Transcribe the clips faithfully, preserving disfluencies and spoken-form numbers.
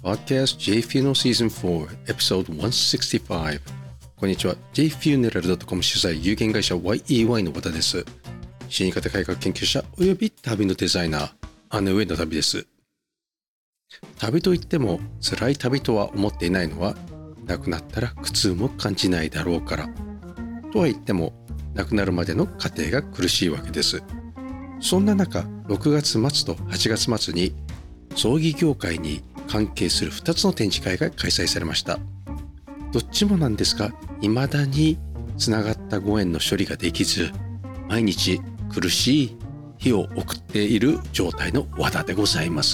Podcast J-Funeral Season フォー Episode ひゃくろくじゅうご。こんにちは。ジェイフューネラルドットコム 主催有限会社 ワイイーワイ の和田です。死に方改革研究者および旅のデザイナー、アンネウェイの旅です。旅といっても辛い旅とは思っていないのは、亡くなったら苦痛も感じないだろうから。とは言っても、亡くなるまでの過程が苦しいわけです。そんな中、ろくがつまつとはちがつまつに葬儀業界に関係するふたつの展示会が開催されました。どっちもなんですが、未だにつながったご縁の処理ができず、毎日苦しい日を送っている状態の和田でございます。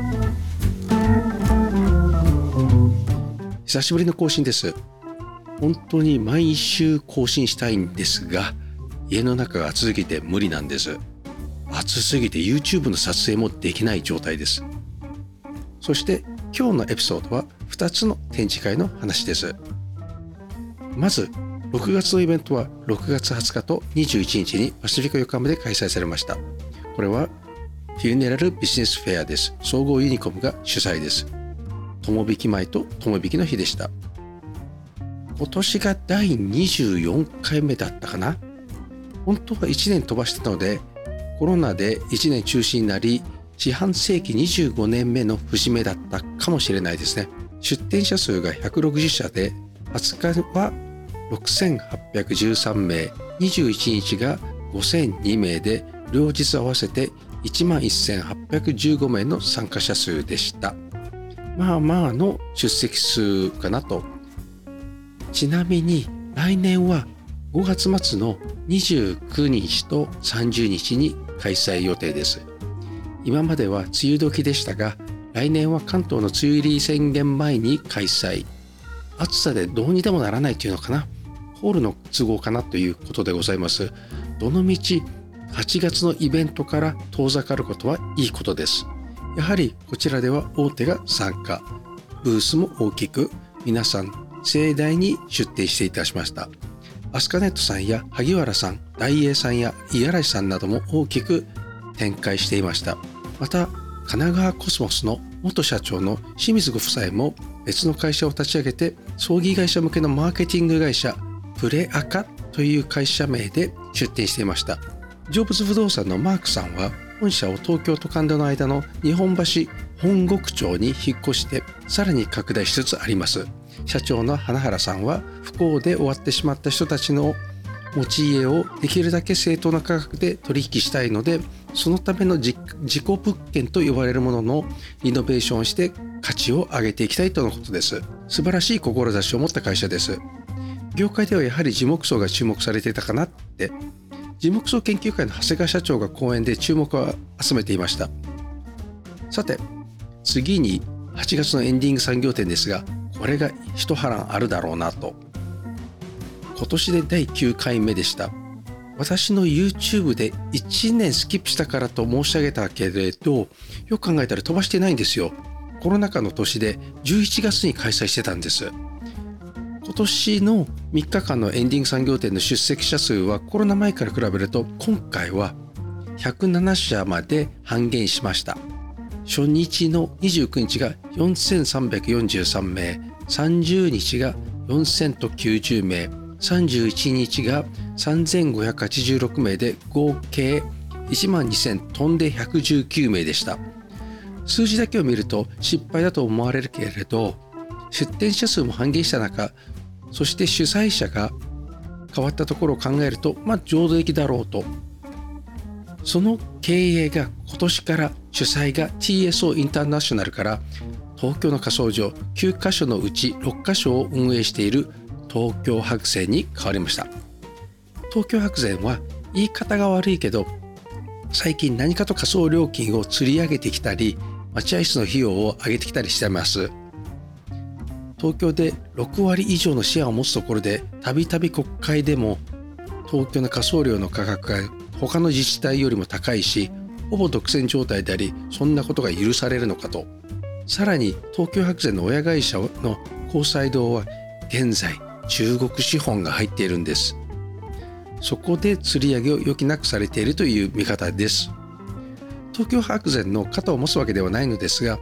久しぶりの更新です。本当に毎週更新したいんですが、家の中が暑すぎて無理なんです。暑すぎて YouTube の撮影もできない状態です。そして今日のエピソードはふたつの展示会の話です。まずろくがつのイベントはろくがつはつかとにじゅういちにちにパシフィコ横浜で開催されました。これはフューネラルビジネスフェアです。総合ユニコムが主催です。友引前と友引の日でした。今年がだいにじゅうよんかいめだったかな。本当はいちねん飛ばしてたので、コロナでいちねん中止になり、四半世紀にじゅうごねんめの節目だったかもしれないですね。出展者数がひゃくろくじゅっしゃで、はつかはろくせんはっぴゃくじゅうさんめい、にじゅういちにちがごせんにめいで、両日合わせていちまんせんはっぴゃくじゅうごめいの参加者数でした。まあまあの出席数かなと。ちなみに来年はごがつまつのにじゅうくにちとさんじゅうにちに開催予定です。今までは梅雨時でしたが、来年は関東の梅雨入り宣言前に開催。暑さでどうにでもならないというのかな。ホールの都合かなということでございます。どのみちはちがつのイベントから遠ざかることはいいことです。やはりこちらでは大手が参加。ブースも大きく、皆さん盛大に出展していたしました。アスカネットさんや萩原さん、大栄さんや五十嵐さんなども大きく展開していました。また、神奈川コスモスの元社長の清水ご夫妻も別の会社を立ち上げて、葬儀会社向けのマーケティング会社、プレアカという会社名で出展していました。成仏不動産のマークさんは、本社を東京と神田の間の日本橋本国町に引っ越して、さらに拡大しつつあります。社長の花原さんは、不幸で終わってしまった人たちの持ち家をできるだけ正当な価格で取引したいので、そのための自己物件と呼ばれるもののリノベーションをして価値を上げていきたいとのことです。素晴らしい志を持った会社です。業界ではやはり樹木葬が注目されていたかなって、樹木葬研究会の長谷川社長が講演で注目を集めていました。さて、次にはちがつのエンディング産業展ですが、これが一波乱あるだろうなと。今年でだいきゅうかいめでした。私の YouTube でいちねんスキップしたからと申し上げたけれど、よく考えたら飛ばしてないんですよ。コロナ禍の年でじゅういちがつに開催してたんです。今年のみっかかんのエンディング産業展の出席者数はコロナ前から比べると今回はひゃくななしゃまで半減しました。初日のにじゅうくにちがよんせんさんびゃくよんじゅうさんめい、さんじゅうにちがよんせんきゅうじゅうめい、さんじゅういちにちがさんぜんごひゃくはちじゅうろくめいで合計いちまんにせん飛んでひゃくじゅうきゅうめいでした。数字だけを見ると失敗だと思われるけれど、出展者数も半減した中、そして主催者が変わったところを考えると、まあ上出来だろうと。その経営が今年から主催が ティーエスオー インターナショナルから東京の火葬場きゅうかしょのうちろっかしょを運営している東京白泉に変わりました。東京白泉は言い方が悪いけど、最近何かと火葬料金を釣り上げてきたり、待合室の費用を上げてきたりしています。東京でろくわり以上のシェアを持つところで、たびたび国会でも東京の火葬料の価格が他の自治体よりも高いし、ほぼ独占状態であり、そんなことが許されるのかと。さらに東京白泉の親会社の高裁堂は現在中国資本が入っているんです。そこで釣り上げを余儀なくされているという見方です。東京白泉の肩を持つわけではないのですが、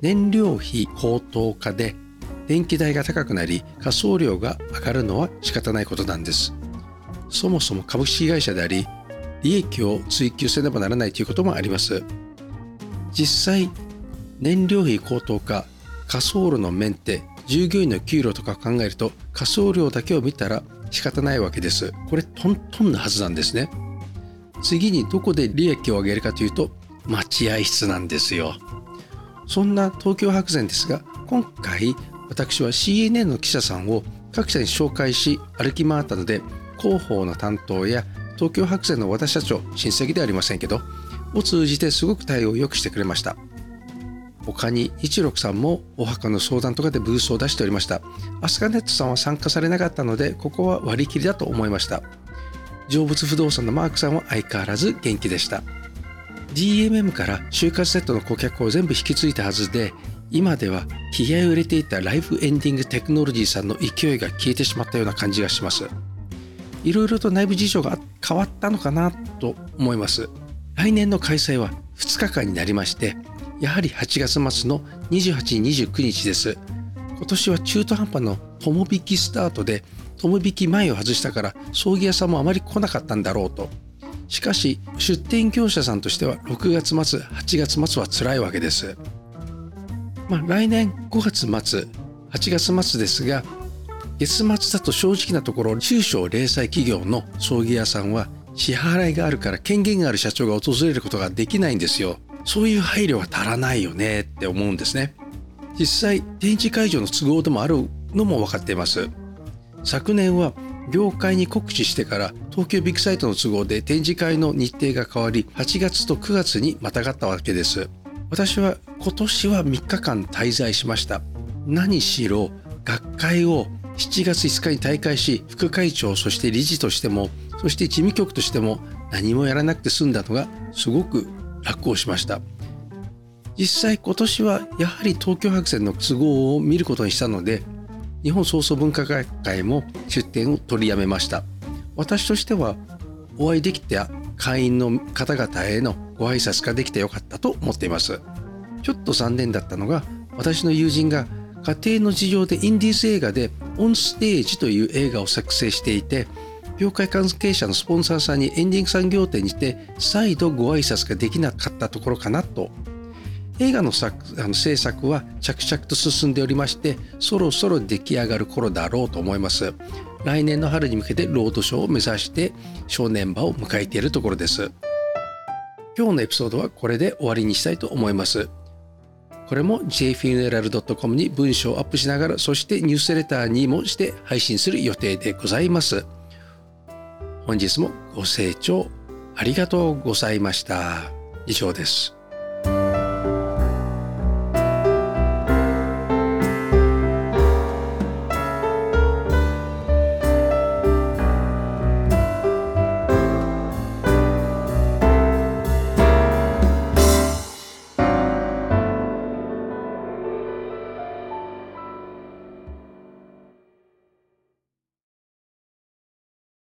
燃料費高騰化で電気代が高くなり仮送料が上がるのは仕方ないことなんです。そもそも株式会社であり利益を追求せねばならないということもあります。実際燃料費高騰化、仮送料のメンテ、従業員の給料とかを考えると仮送料だけを見たら仕方ないわけです。これトントンなはずなんですね。次にどこで利益を上げるかというと待合室なんですよ。そんな東京白善ですが、今回私は シーエヌエヌ の記者さんを各社に紹介し歩き回ったので、広報の担当や東京白善の和田社長、親戚ではありませんけどを通じてすごく対応を良くしてくれました。他に日六さんもお墓の相談とかでブースを出しておりました。アスカネットさんは参加されなかったのでここは割り切りだと思いました。成仏不動産のマークさんは相変わらず元気でした。 ディーエムエム から就活セットの顧客を全部引き継いだはずで、今では気合を入れていたライフエンディングテクノロジーさんの勢いが消えてしまったような感じがします。いろいろと内部事情が変わったのかなと思います。来年の開催はふつかかんになりまして、やはりはちがつ末のにじゅうはち、にじゅうくにちです。今年は中途半端の友引きスタートで友引き前を外したから葬儀屋さんもあまり来なかったんだろうと。しかし出店業者さんとしてはろくがつ末、はちがつ末は辛いわけです。まあ、来年ごがつ末、はちがつ末ですが、月末だと正直なところ中小零細企業の葬儀屋さんは支払いがあるから権限がある社長が訪れることができないんですよ。そういう配慮は足らないよねって思うんですね。実際展示会場の都合でもあるのも分かっています。昨年は業界に告知してから東京ビッグサイトの都合で展示会の日程が変わり、はちがつとくがつにまたがったわけです。私は今年はみっかかん滞在しました。何しろ学会をしちがついつかに退会し、副会長、そして理事としても、そして事務局としても何もやらなくて済んだのがすごく楽をしました。実際今年はやはり東京白善の都合を見ることにしたので、日本創造文化学会も出展を取りやめました。私としてはお会いできた会員の方々へのご挨拶ができてよかったと思っています。ちょっと残念だったのが、私の友人が家庭の事情でインディーズ映画でオンステージという映画を作成していて、業界関係者のスポンサーさんにエンディング産業展にて再度ご挨拶ができなかったところかなと。映画の作あの制作は着々と進んでおりまして、そろそろ出来上がる頃だろうと思います。来年の春に向けてロードショーを目指して正念場を迎えているところです。今日のエピソードはこれで終わりにしたいと思います。これも ジェイフューネラルドットコム に文章をアップしながら、そしてニュースレターにもして配信する予定でございます。本日もご清聴ありがとうございました。以上です。